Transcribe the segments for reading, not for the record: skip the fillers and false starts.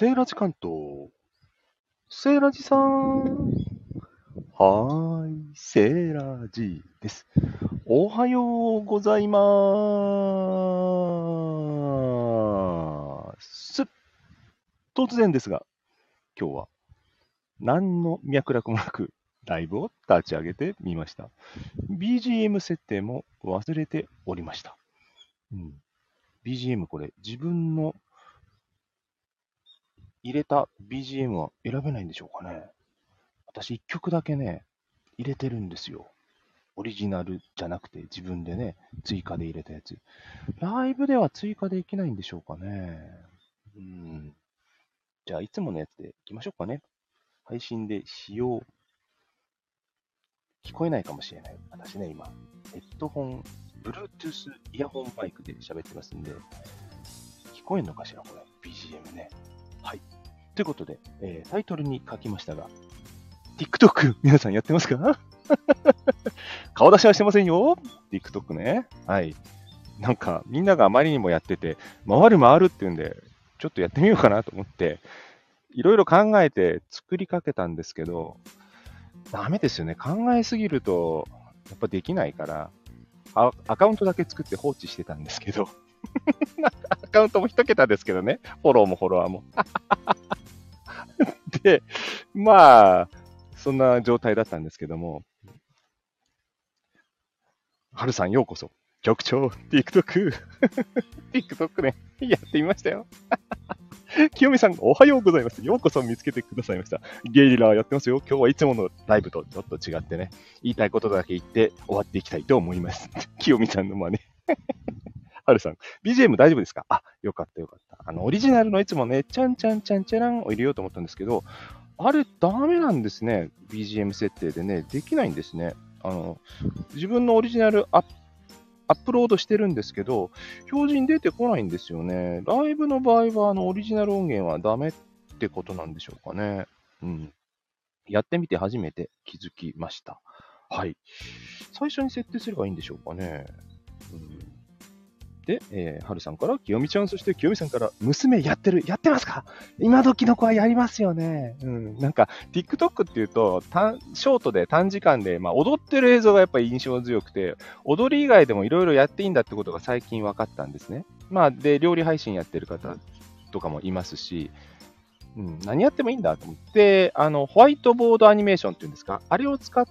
セーラジ関東。セーラジさん。はーい、セーラジです。おはようございます。突然ですが、今日は何の脈絡もなくライブを立ち上げてみました。BGM 設定も忘れておりました。BGM これ自分の入れた BGM は選べないんでしょうかね。私1曲だけね、入れてるんですよ。オリジナルじゃなくて自分でね、追加で入れたやつ。ライブでは追加できないんでしょうかね。じゃあ、いつものやつでいきましょうかね。配信で使用。聞こえないかもしれない。私ね、今、ヘッドホン、Bluetooth イヤホンマイクで喋ってますんで、聞こえんのかしら、これ。BGM ね。はい。ということで、タイトルに書きましたが、TikTok、皆さんやってますか？顔出しはしてませんよ。TikTok ね。はい。なんか、みんながあまりにもやってて、回る回るっていうんで、ちょっとやってみようかなと思って、いろいろ考えて作りかけたんですけど、ダメですよね。考えすぎると、やっぱできないから、アカウントだけ作って放置してたんですけど、アカウントも一桁ですけどね、フォローもフォロワーも。で、まあ、そんな状態だったんですけども、はるさんようこそ。局長、TikTok。TikTok ね、やってみましたよ。清美さん、おはようございます。ようこそ見つけてくださいました。ゲリラやってますよ。今日はいつものライブとちょっと違ってね、言いたいことだけ言って終わっていきたいと思います。清美さんの真似。はるさん、BGM 大丈夫ですか？あ、よかったよかった。オリジナルのいつもね、ちゃんちゃんちゃんちゃらんを入れようと思ったんですけど、あれダメなんですね。BGM 設定でね、できないんですね。自分のオリジナルアップロードしてるんですけど、表示に出てこないんですよね。ライブの場合は、オリジナル音源はダメってことなんでしょうかね。やってみて初めて気づきました。はい。最初に設定すればいいんでしょうかね。で、はるさんから、きよみちゃん、そしてきよみさんから、娘やってますか？今時の子はやりますよね。なんか、TikTok っていうと、ショートで短時間で、踊ってる映像がやっぱり印象強くて、踊り以外でもいろいろやっていいんだってことが最近分かったんですね。で、料理配信やってる方とかもいますし、何やってもいいんだと思って、ホワイトボードアニメーションっていうんですか、あれを使って、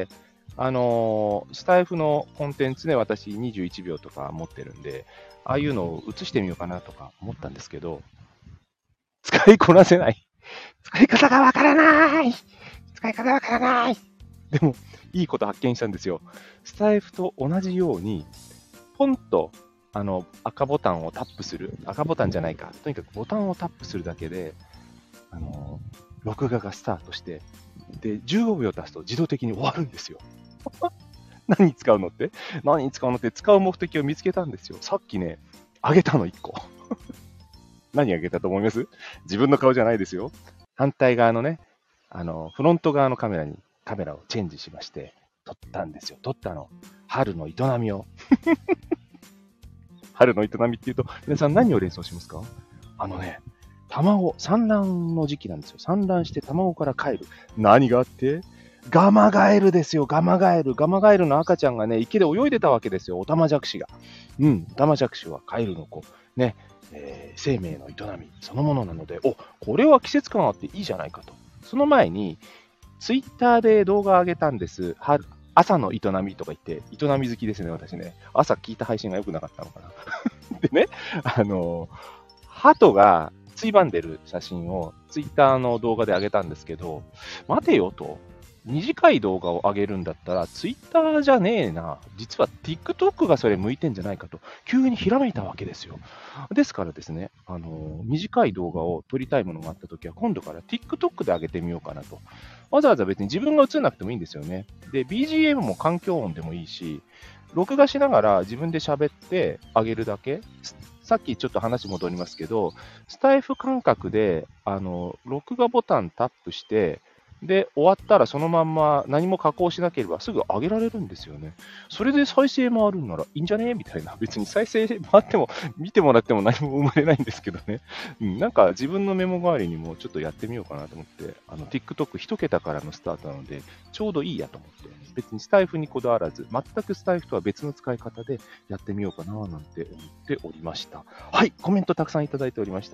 スタイフのコンテンツで私21秒とか持ってるんで、ああいうのを映してみようかなとか思ったんですけど、使いこなせない。使い方がわからない使い方がわからないでも、いいこと発見したんですよ。スタイフと同じように、ポンと、赤ボタンをタップする。赤ボタンじゃないか。とにかくボタンをタップするだけで、録画がスタートして、で、15秒経つと自動的に終わるんですよ。何に使うのって何に使うのって使う目的を見つけたんですよ。さっきね、あげたの1個。何あげたと思います？自分の顔じゃないですよ。反対側のね、フロント側のカメラをチェンジしまして、撮ったんですよ。撮ったの。春の営みを。春の営みっていうと、皆さん何を連想しますか？産卵の時期なんですよ。産卵して卵から帰る。何があってガマガエルですよ、ガマガエル。ガマガエルの赤ちゃんがね、池で泳いでたわけですよ、オタマジャクシが。オタマジャクシはカエルの子。ね、生命の営みそのものなので、これは季節感あっていいじゃないかと。その前に、ツイッターで動画を上げたんです。朝の営みとか言って、営み好きですね、私ね。朝聞いた配信が良くなかったのかな。でね、鳩がついばんでる写真をツイッターの動画で上げたんですけど、待てよと。短い動画を上げるんだったら、ツイッターじゃねえな。実は TikTok がそれ向いてんじゃないかと、急にひらめいたわけですよ。ですからですね、短い動画を撮りたいものがあったときは、今度から TikTok で上げてみようかなと。わざわざ別に自分が映らなくてもいいんですよね。で、BGM も環境音でもいいし、録画しながら自分で喋ってあげるだけ。さっきちょっと話戻りますけど、スタイフ感覚で、録画ボタンタップして、 で、終わったらそのまんま何も加工しなければすぐ上げられるんですよね。それで再生回るんならいいんじゃねみたいな。別に再生回っても見てもらっても何も生まれないんですけどね。なんか自分のメモ代わりにもちょっとやってみようかなと思って、TikTok 一桁からのスタートなので、ちょうどいいやと思って、別にスタイフにこだわらず、全くスタイフとは別の使い方でやってみようかななんて思っておりました。はい、コメントたくさんいただいておりました。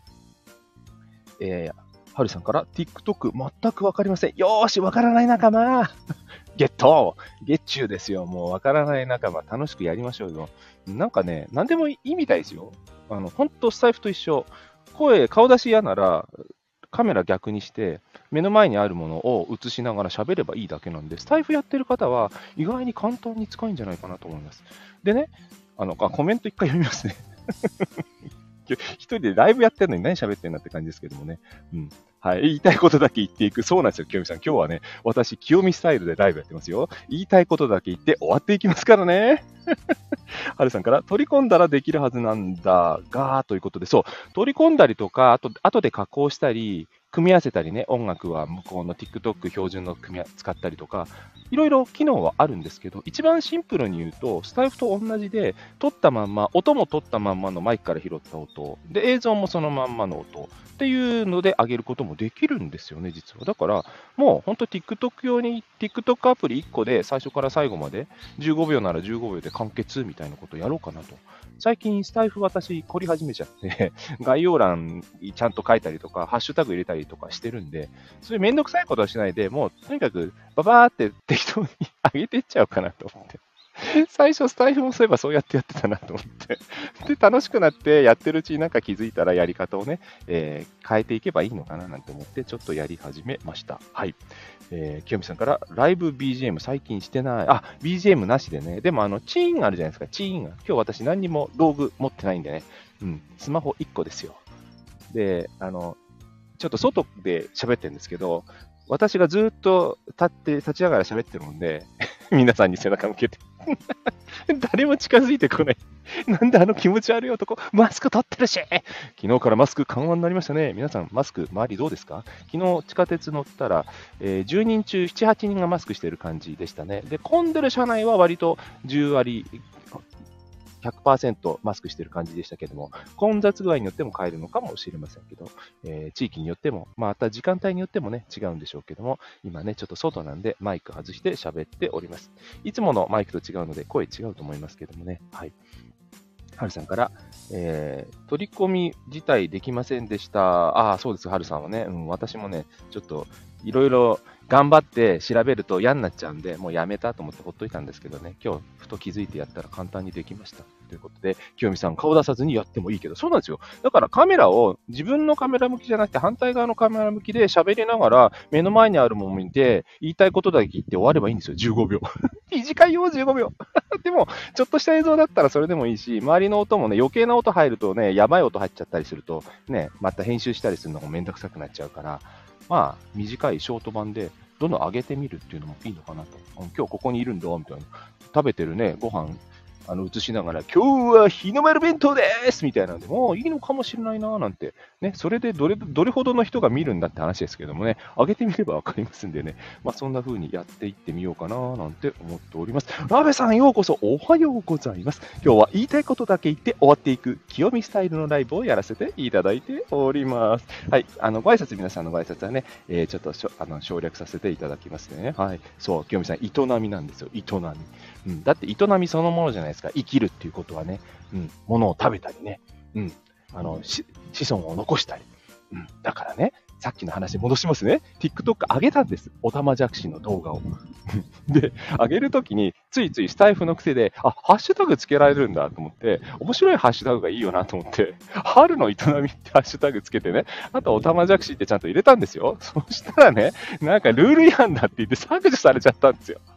はるさんから TikTok 全くわかりません。よーし、わからない仲間ゲットゲッチューですよ。もうわからない仲間、楽しくやりましょうよ。なんかね、なんでもいいみたいですよ。ほんとスタイフと一緒。顔出し嫌なら、カメラ逆にして、目の前にあるものを映しながら喋ればいいだけなんで、スタイフやってる方は意外に簡単に使うんじゃないかなと思います。でね、コメント一回読みますね。一人でライブやってるのに何喋ってんだって感じですけどもね。うん。はい。言いたいことだけ言っていく。そうなんですよ、清美さん。今日はね、私、清美スタイルでライブやってますよ。言いたいことだけ言って終わっていきますからね。はるさんから、取り込んだらできるはずなんだが、ということで、そう、取り込んだりとか、後で加工したり、組み合わせたりね、音楽は向こうの TikTok 標準の使ったりとか、いろいろ機能はあるんですけど、一番シンプルに言うと、スタイフと同じで、撮ったまんま、音も撮ったまんまのマイクから拾った音、で、映像もそのまんまの音っていうので上げることもできるんですよね、実は。だから、もう本当 TikTok 用に TikTok アプリ1個で最初から最後まで15秒なら15秒で完結みたいなことをやろうかなと。最近スタイフ私凝り始めちゃって概要欄にちゃんと書いたりとか、ハッシュタグ入れたりとかしてるんで、そういうめんどくさいことはしないで、もうとにかくババーって適当に上げていっちゃおうかなと思って。最初スタイフもそういえばそうやってやってたなと思って。で、楽しくなってやってるうちになんか気づいたらやり方をね、変えていけばいいのかななんて思ってちょっとやり始めました。はい。清美さんからライブ BGM 最近してない。あ、BGM なしでね。でもチーンあるじゃないですか。チーンが。今日私何にも道具持ってないんでね。うん。スマホ1個ですよ。で、ちょっと外で喋ってるんですけど、私がずっと立ちながら喋ってるもんで、皆さんに背中向けて誰も近づいてこない。なんで気持ち悪い男、マスク取ってるし昨日からマスク緩和になりましたね。皆さん、マスク周りどうですか？昨日地下鉄乗ったら、10人中7、8人がマスクしてる感じでしたね。で、混んでる車内は割と10割、100% マスクしてる感じでしたけども、混雑具合によっても変えるのかもしれませんけど、地域によっても、また時間帯によってもね、違うんでしょうけども、今ね、ちょっと外なんでマイク外して喋っております。いつものマイクと違うので声違うと思いますけどもね、はい。はるさんから、取り込み自体できませんでした。ああ、そうです、はるさんはね。私もね、ちょっといろいろ頑張って調べると嫌になっちゃうんで、もうやめたと思ってほっといたんですけどね、今日ふと気づいてやったら簡単にできました。ということで、清美さん、顔出さずにやってもいいけど、そうなんですよ。だからカメラを自分のカメラ向きじゃなくて反対側のカメラ向きで喋りながら、目の前にあるものを見て、言いたいことだけ言って終わればいいんですよ、15秒。短いよ、15秒。でも、ちょっとした映像だったらそれでもいいし、周りの音もね、余計な音入るとね、やばい音入っちゃったりすると、ね、また編集したりするのもめんどくさくなっちゃうから、まあ、短いショート版で、どんどん上げてみるっていうのもいいのかなと。今日ここにいるんだ、みたいな。食べてるね、ご飯、映しながら、今日は日の丸弁当ですみたいなんで、もういいのかもしれないななんて、ね、それでどれほどの人が見るんだって話ですけどもね、上げてみればわかりますんでね、まあそんな風にやっていってみようかななんて思っております。ラベさんようこそおはようございます。今日は言いたいことだけ言って終わっていく清見スタイルのライブをやらせていただいております。はい、ご挨拶皆さんのご挨拶はね、ちょっと省略させていただきますね。はい、そう、清見さん、営みなんですよ、営み。だって営みそのものじゃないですか。生きるっていうことはね、物を食べたりね、子孫を残したり。だからね、さっきの話に戻しますね。TikTok 上げたんです。オタマジャクシの動画を。で、上げるときに、ついついスタイフの癖で、ハッシュタグつけられるんだと思って、面白いハッシュタグがいいよなと思って、春の営みってハッシュタグつけてね、あとオタマジャクシってちゃんと入れたんですよ。そしたらね、なんかルール違反だって言って削除されちゃったんですよ。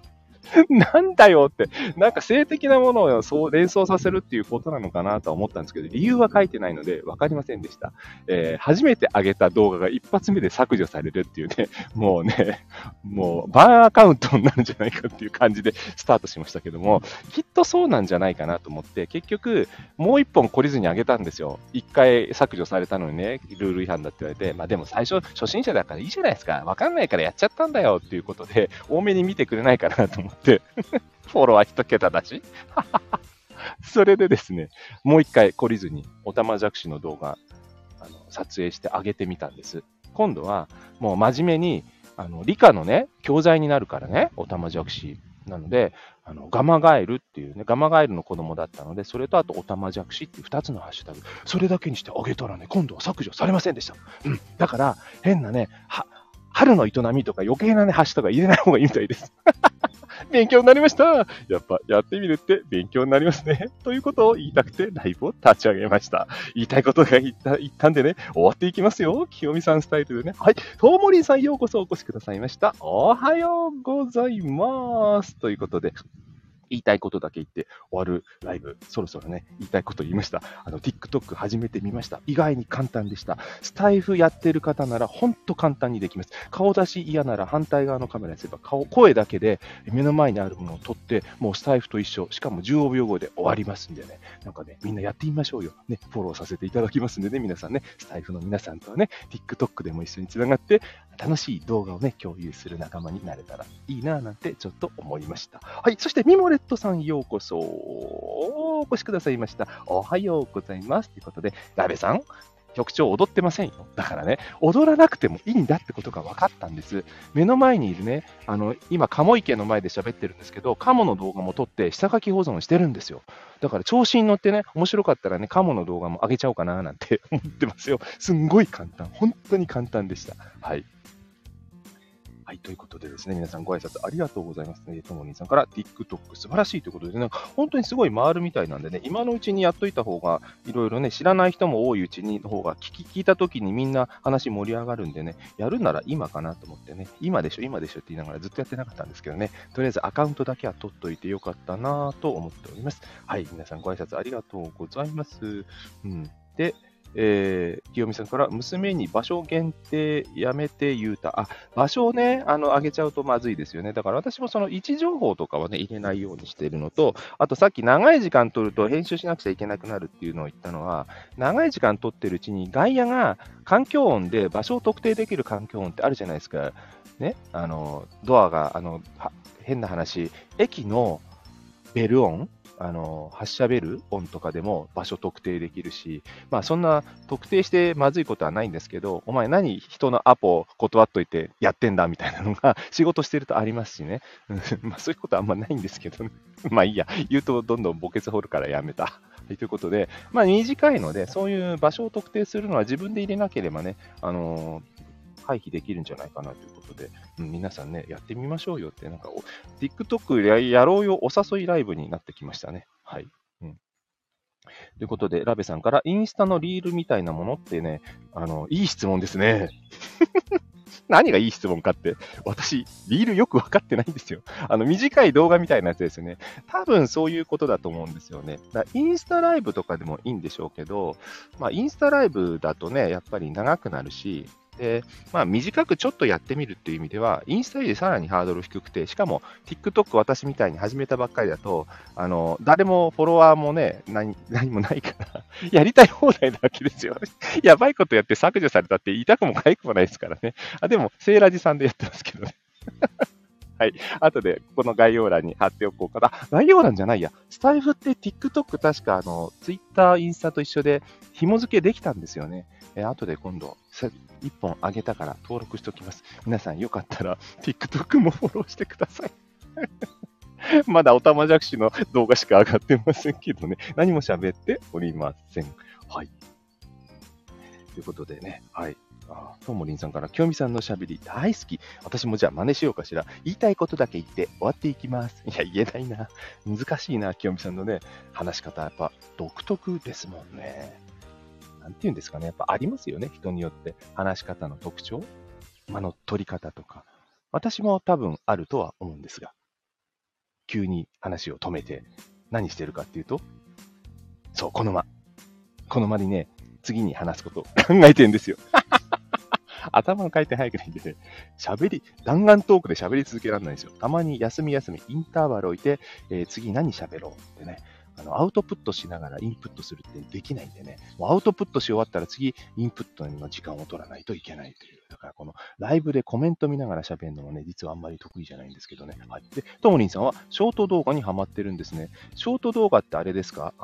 なんだよって、なんか性的なものをそう連想させるっていうことなのかなとは思ったんですけど、理由は書いてないので分かりませんでした。初めて上げた動画が一発目で削除されるっていうね、もうね、もうバーンアカウントになるんじゃないかっていう感じでスタートしましたけども、きっとそうなんじゃないかなと思って、結局、もう一本懲りずに上げたんですよ。一回削除されたのにね、ルール違反だって言われて、まあでも最初、初心者だからいいじゃないですか。分かんないからやっちゃったんだよっていうことで、多めに見てくれないかなと思って、フォロワー一桁だし。それでですね、もう一回懲りずに、オタマジャクシの動画、撮影して上げてみたんです。今度は、もう真面目に、理科のね、教材になるからね、オタマジャクシ。なので、ガマガエルっていうね、ガマガエルの子供だったので、それとあとオタマジャクシっていう2つのハッシュタグ、それだけにしてあげたらね、今度は削除されませんでした。うん。だから、変なね、春の営みとか余計なね、ハッシュタグは入れない方がいいみたいです。勉強になりました。やっぱやってみるって勉強になりますね。ということを言いたくてライブを立ち上げました。言いたいことが言ったんでね、終わっていきますよ。清美さんスタイルでね。はい。ともりんさんようこそお越しくださいました。おはようございます。ということで、言いたいことだけ言って終わるライブ、そろそろね、言いたいこと言いました。TikTok 始めてみました。意外に簡単でした。スタイフやってる方なら、ほんと簡単にできます。顔出し嫌なら反対側のカメラにすれば、声だけで目の前にあるものを撮って、もうスタイフと一緒、しかも15秒後で終わりますんでね、なんかね、みんなやってみましょうよ。ね、フォローさせていただきますんでね、皆さんね、スタイフの皆さんとはね、TikTok でも一緒につながって、楽しい動画をね、共有する仲間になれたらいいなぁなんてちょっと思いました。はい。そして、ミモレットさんようこそ、お越しくださいました。おはようございます。ということで、ラベさん、局長踊ってませんよ。だからね、踊らなくてもいいんだってことが分かったんです。目の前にいるね、今、鴨池の前で喋ってるんですけど、鴨の動画も撮って下書き保存してるんですよ。だから調子に乗ってね、面白かったらね、鴨の動画も上げちゃおうかななんて思ってますよ。すんごい簡単。本当に簡単でした。はい。はい、ということでですね、皆さんご挨拶ありがとうございます。ともにさんから TikTok 素晴らしいということで、なんか本当にすごい回るみたいなんでね、今のうちにやっといた方が、いろいろね、知らない人も多いうちにの方が聞いた時にみんな話盛り上がるんでね、やるなら今かなと思ってね、今でしょ、今でしょって言いながらずっとやってなかったんですけどね、とりあえずアカウントだけは取っといてよかったなと思っております。はい、皆さんご挨拶ありがとうございます。うん。で、清美さんから、娘に場所限定やめて言うた。場所をね、上げちゃうとまずいですよね。だから私もその位置情報とかはね、入れないようにしているのと、あとさっき長い時間取ると編集しなくちゃいけなくなるっていうのを言ったのは、長い時間取ってるうちに外野が環境音で場所を特定できる環境音ってあるじゃないですか。ね、ドアが、変な話、駅のベル音、発射ベル音とかでも場所特定できるし、まあそんな特定してまずいことはないんですけど、お前何人のアポ断っといてやってんだみたいなのが仕事してるとありますしね。まあそういうことはあんまないんですけどね。まあいいや、言うとどんどん墓穴掘るからやめた。ということで、まあ短いので、そういう場所を特定するのは自分で入れなければね、回避できるんじゃないかなということで、皆さんね、やってみましょうよって、なんかTikTok やろうよお誘いライブになってきましたね。はい。うん、ということで、ラベさんから、インスタのリールみたいなものってね、いい質問ですね。何がいい質問かって、私、リールよくわかってないんですよ。短い動画みたいなやつですよね。多分そういうことだと思うんですよね。インスタライブとかでもいいんでしょうけど、まあ、インスタライブだとね、やっぱり長くなるし、で、まあ、短くちょっとやってみるっていう意味では、インスタよりさらにハードル低くて、しかも TikTok 私みたいに始めたばっかりだと、誰もフォロワーもね、何もないからやりたい放題なわけですよ。やばいことやって削除されたって痛くも痒くもないですからね。でも、セーラジさんでやってますけどね。はい。後で、この概要欄に貼っておこうかな。概要欄じゃないや。スタイフって TikTok 確かTwitter、インスタと一緒で紐付けできたんですよね。後で今度、1本あげたから登録しておきます。皆さんよかったら TikTok もフォローしてください。まだおたまじゃくしの動画しか上がってませんけどね。何も喋っておりません。はい。ということでね。はい。ともりんさんから、きよみさんのしゃべり大好き。私もじゃあ真似しようかしら。言いたいことだけ言って終わっていきます。いや、言えないな。難しいな、きよみさんのね、話し方。やっぱ独特ですもんね。なんて言うんですかね。やっぱありますよね。人によって話し方の特徴。間の取り方とか。私も多分あるとは思うんですが。 急に話を止めて、何してるかっていうと、そう、この間にね、次に話すことを考えてるんですよ。頭の回転早くないんでね、弾丸トークで喋り続けられないんですよ。たまに休み、インターバル置いて、次何喋ろうってね、アウトプットしながらインプットするってできないんでね、もうアウトプットし終わったら次、インプットの時間を取らないといけないという。だからこのライブでコメント見ながら喋るのもね、実はあんまり得意じゃないんですけどね。はい。で、ともりんさんはショート動画にハマってるんですね。ショート動画ってあれですか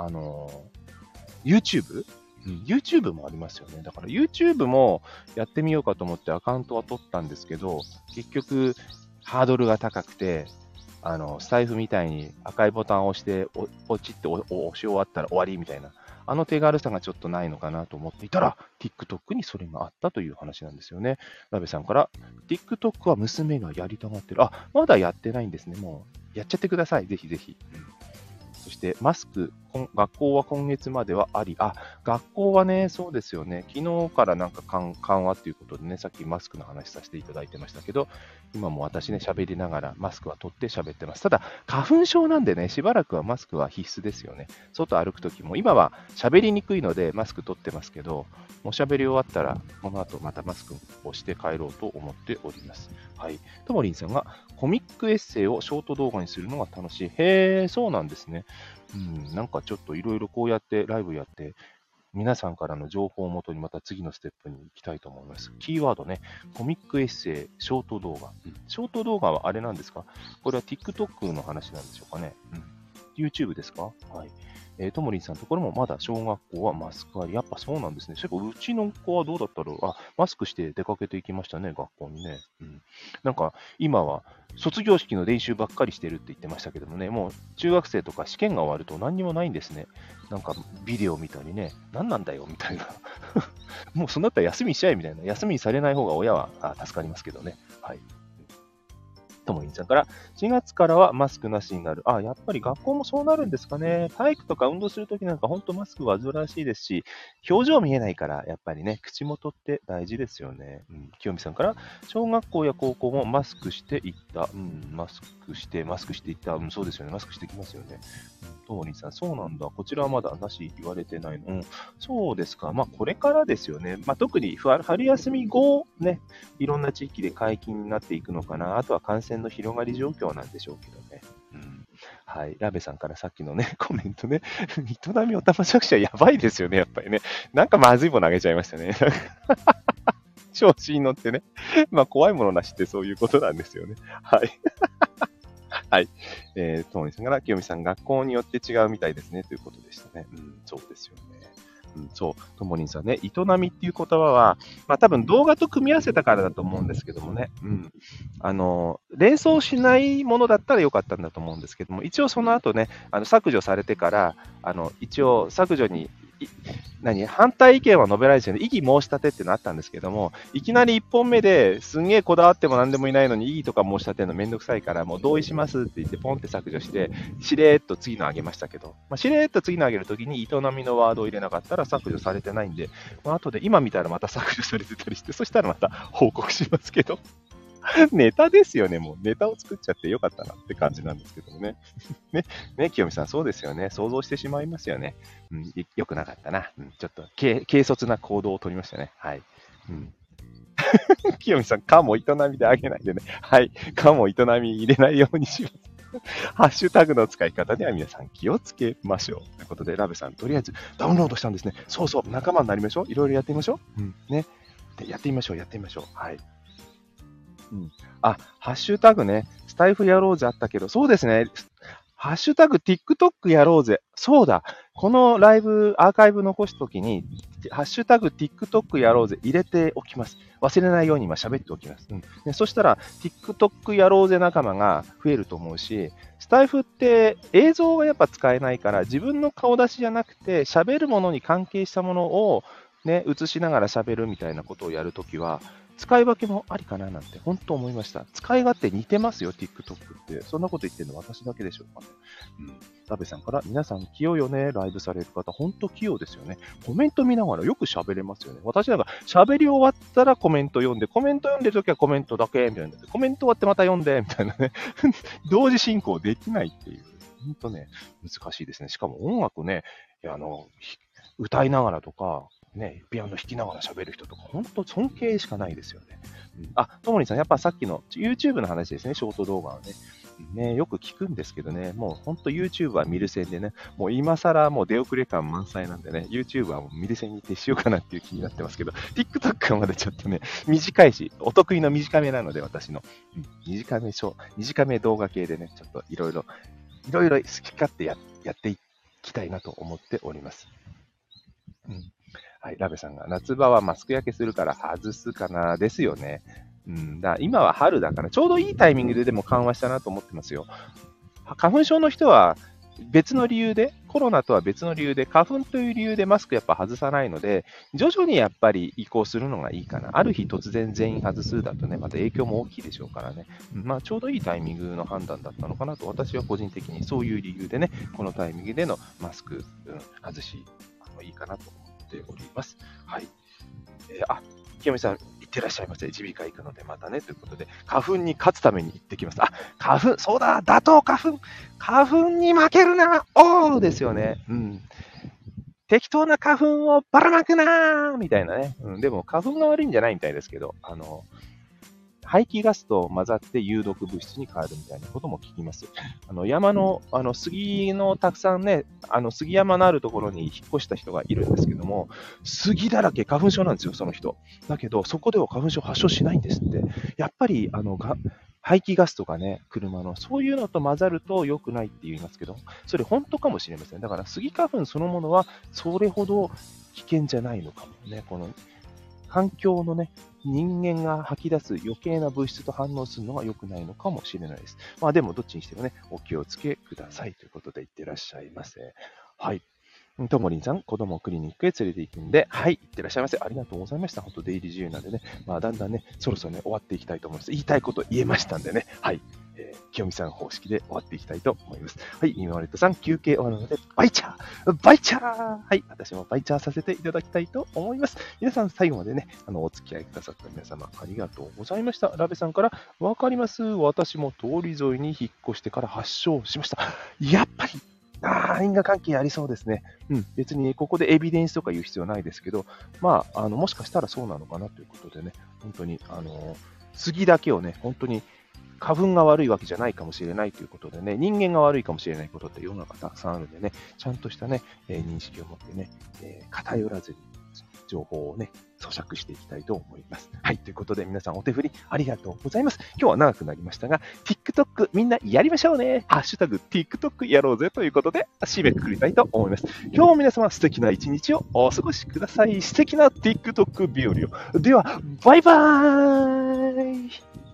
YouTube？YouTube もありますよね。だから YouTube もやってみようかと思ってアカウントは取ったんですけど、結局ハードルが高くて、スタイフみたいに赤いボタンを押して、ポチって押し終わったら終わりみたいな、手軽さがちょっとないのかなと思っていたら、TikTok にそれがあったという話なんですよね。ラベさんから、TikTok は娘がやりたがってる。あ、まだやってないんですね。もう、やっちゃってください。ぜひぜひ。そして、マスク、学校は今月まではあり。あ、学校はね、そうですよね。昨日からなんか緩和ということでね、さっきマスクの話させていただいてましたけど、今も私ね、喋りながらマスクは取って喋ってます。ただ、花粉症なんでね、しばらくはマスクは必須ですよね。外歩くときも、今は喋りにくいのでマスク取ってますけど、もう喋り終わったら、この後またマスクをして帰ろうと思っております。はい。ともりんさんが、コミックエッセイをショート動画にするのが楽しい。へー、そうなんですね。なんかちょっといろいろこうやってライブやって、皆さんからの情報をもとにまた次のステップに行きたいと思います。キーワードね、コミックエッセイ、ショート動画。ショート動画はあれなんですか？これは TikTok の話なんでしょうかね。YouTube ですか？はい。ともりんさんのところもまだ小学校はマスクあり。やっぱそうなんですね。そういえばうちの子はどうだったろう。あ、マスクして出かけていきましたね、学校にね。なんか今は卒業式の練習ばっかりしてるって言ってましたけどもね、もう中学生とか試験が終わると何にもないんですね。なんかビデオ見たりね、何なんだよみたいな。もうそんなったら休みしちゃえみたいな。休みにされない方が親は助かりますけどね。はい。ともりんさんから、4月からはマスクなしになる。あ、やっぱり学校もそうなるんですかね。体育とか運動するときなんか本当マスク煩わしいですし、表情見えないから、やっぱりね、口元って大事ですよね。清美さんから、小学校や高校もマスクしていった。マスクしていった。そうですよね。マスクしてきますよね。ともりんさん、そうなんだ。こちらはまだなし言われてないの。そうですか。まあ、これからですよね。まあ、特に春休み後、ね、いろんな地域で解禁になっていくのかな。あとは感染の広がり状況なんでしょうけどね。はい。ラベさんからさっきのね、コメントね。営みおたまじゃくしはやばいですよね、やっぱりね。なんかまずいものあげちゃいましたね。調子に乗ってね。まあ、怖いものなしってそういうことなんですよね。はい。はい。ともりさんから、清美さん、学校によって違うみたいですね、ということでしたね。そうですよね。そう、ともりんさんね、営みっていう言葉は、まあ多分動画と組み合わせたからだと思うんですけどもね、連想しないものだったらよかったんだと思うんですけども、一応その後ね、削除されてから、一応削除に、反対意見は述べられずに異議申し立てっていうのあったんですけども、いきなり1本目ですんげえこだわっても何でもいないのに異議とか申し立てるのめんどくさいから、もう同意しますって言ってポンって削除して、しれーっと次の上げましたけど、しれーっと次の上げるときに営みのワードを入れなかったら削除されてないんで、後で今見たらまた削除されてたりして、そしたらまた報告しますけど、ネタですよね、もうネタを作っちゃってよかったなって感じなんですけどもね。ね、清美さん、そうですよね。想像してしまいますよね。よくなかったな。ちょっと軽率な行動を取りましたね。はい。清美さん、かも営みであげないでね。はい。かも営み入れないようにします。ハッシュタグの使い方では皆さん気をつけましょう。ということで、ラベさん、とりあえずダウンロードしたんですね。そうそう、仲間になりましょう。いろいろやってみましょう。ね。で、やってみましょう。はい。ハッシュタグね、スタイフやろうぜあったけど、そうですね。ハッシュタグ TikTok やろうぜ。そうだ。このライブ、アーカイブ残すときに、ハッシュタグ TikTok やろうぜ入れておきます。忘れないように今喋っておきます。でそしたら、TikTok やろうぜ仲間が増えると思うし、スタイフって映像がやっぱ使えないから、自分の顔出しじゃなくて、喋るものに関係したものをね、映しながら喋るみたいなことをやるときは、 使い分けもありかななんて本当思いました。使い勝手似てますよ、TikTok って。そんなこと言ってるの私だけでしょうかね。ラベさんから、皆さん器用よね、ライブされる方、本当器用ですよね。コメント見ながらよく喋れますよね。私なんか喋り終わったらコメント読んで、コメント読んでるときはコメントだけ、みたいな。コメント終わってまた読んで、みたいなね。同時進行できないっていう。本当ね、難しいですね。しかも音楽ね、歌いながらとか、ね、ピアノ弾きながら喋る人とか、本当尊敬しかないですよね。ともりさん、やっぱさっきの YouTube の話ですね、ショート動画はね。よく聞くんですけどね、もう本当 YouTube は見る線でね、もう今更もう出遅れ感満載なんでね、YouTube はもう見る線に徹しようかなっていう気になってますけど、TikTok はまだちょっとね、短いし、お得意の短めなので、私の。短め動画系でね、ちょっといろいろ好き勝手やっていきたいなと思っております。はい、ラベさんが、夏場はマスク焼けするから外すかな、ですよね。今は春だから、ちょうどいいタイミングででも緩和したなと思ってますよ。花粉症の人は別の理由で、コロナとは別の理由で、花粉という理由でマスクやっぱ外さないので、徐々にやっぱり移行するのがいいかな。ある日突然全員外すだとね、また影響も大きいでしょうからね。ちょうどいいタイミングの判断だったのかなと、私は個人的にそういう理由でね、このタイミングでのマスク、外し、いいかなと思っております。はい。清美さん、行ってらっしゃいませ。耳鼻科行くのでまたね。ということで、花粉に勝つために行ってきます。花粉、そうだ、打倒花粉。花粉に負けるな、おーですよね。適当な花粉をばらまくなーみたいなね。でも、花粉が悪いんじゃないみたいですけど、排気ガスと混ざって有毒物質に変わるみたいなことも聞きます。山の、杉のたくさんね、杉山のあるところに引っ越した人がいるんですけども、杉だらけ花粉症なんですよ、その人。だけど、そこでは花粉症発症しないんですって。やっぱり、排気ガスとかね、車の、そういうのと混ざると良くないって言いますけど、それ本当かもしれません。だから、杉花粉そのものは、それほど危険じゃないのかもね。この環境のね、人間が吐き出す余計な物質と反応するのが良くないのかもしれないです。でもどっちにしてもね、お気をつけくださいということで言ってらっしゃいませ。はい。ともりんさん、子供をクリニックへ連れて行くんで、はい、行ってらっしゃいませ。ありがとうございました。本当出入り自由なんでね、だんだんね、そろそろね、終わっていきたいと思います。言いたいこと言えましたんでね、はい。清美さん方式で終わっていきたいと思います。はい、今までとさん、休憩終わるので、バイチャーはい、私もバイチャーさせていただきたいと思います。皆さん、最後までね、お付き合いくださった皆様、ありがとうございました。ラベさんから、わかります。私も通り沿いに引っ越してから発症しました。やっぱり、因果関係ありそうですね。別にここでエビデンスとか言う必要ないですけど、もしかしたらそうなのかなということでね、本当に、杉だけをね、本当に、花粉が悪いわけじゃないかもしれないということでね、人間が悪いかもしれないことって世の中たくさんあるんでね、ちゃんとしたね、認識を持ってね、偏らずに情報をね、咀嚼していきたいと思います。はい、ということで皆さんお手振りありがとうございます。今日は長くなりましたが、TikTok みんなやりましょうね。ハッシュタグ TikTok やろうぜということで、締めくくりたいと思います。今日も皆様素敵な一日をお過ごしください。素敵な TikTok 日和を。では、バイバーイ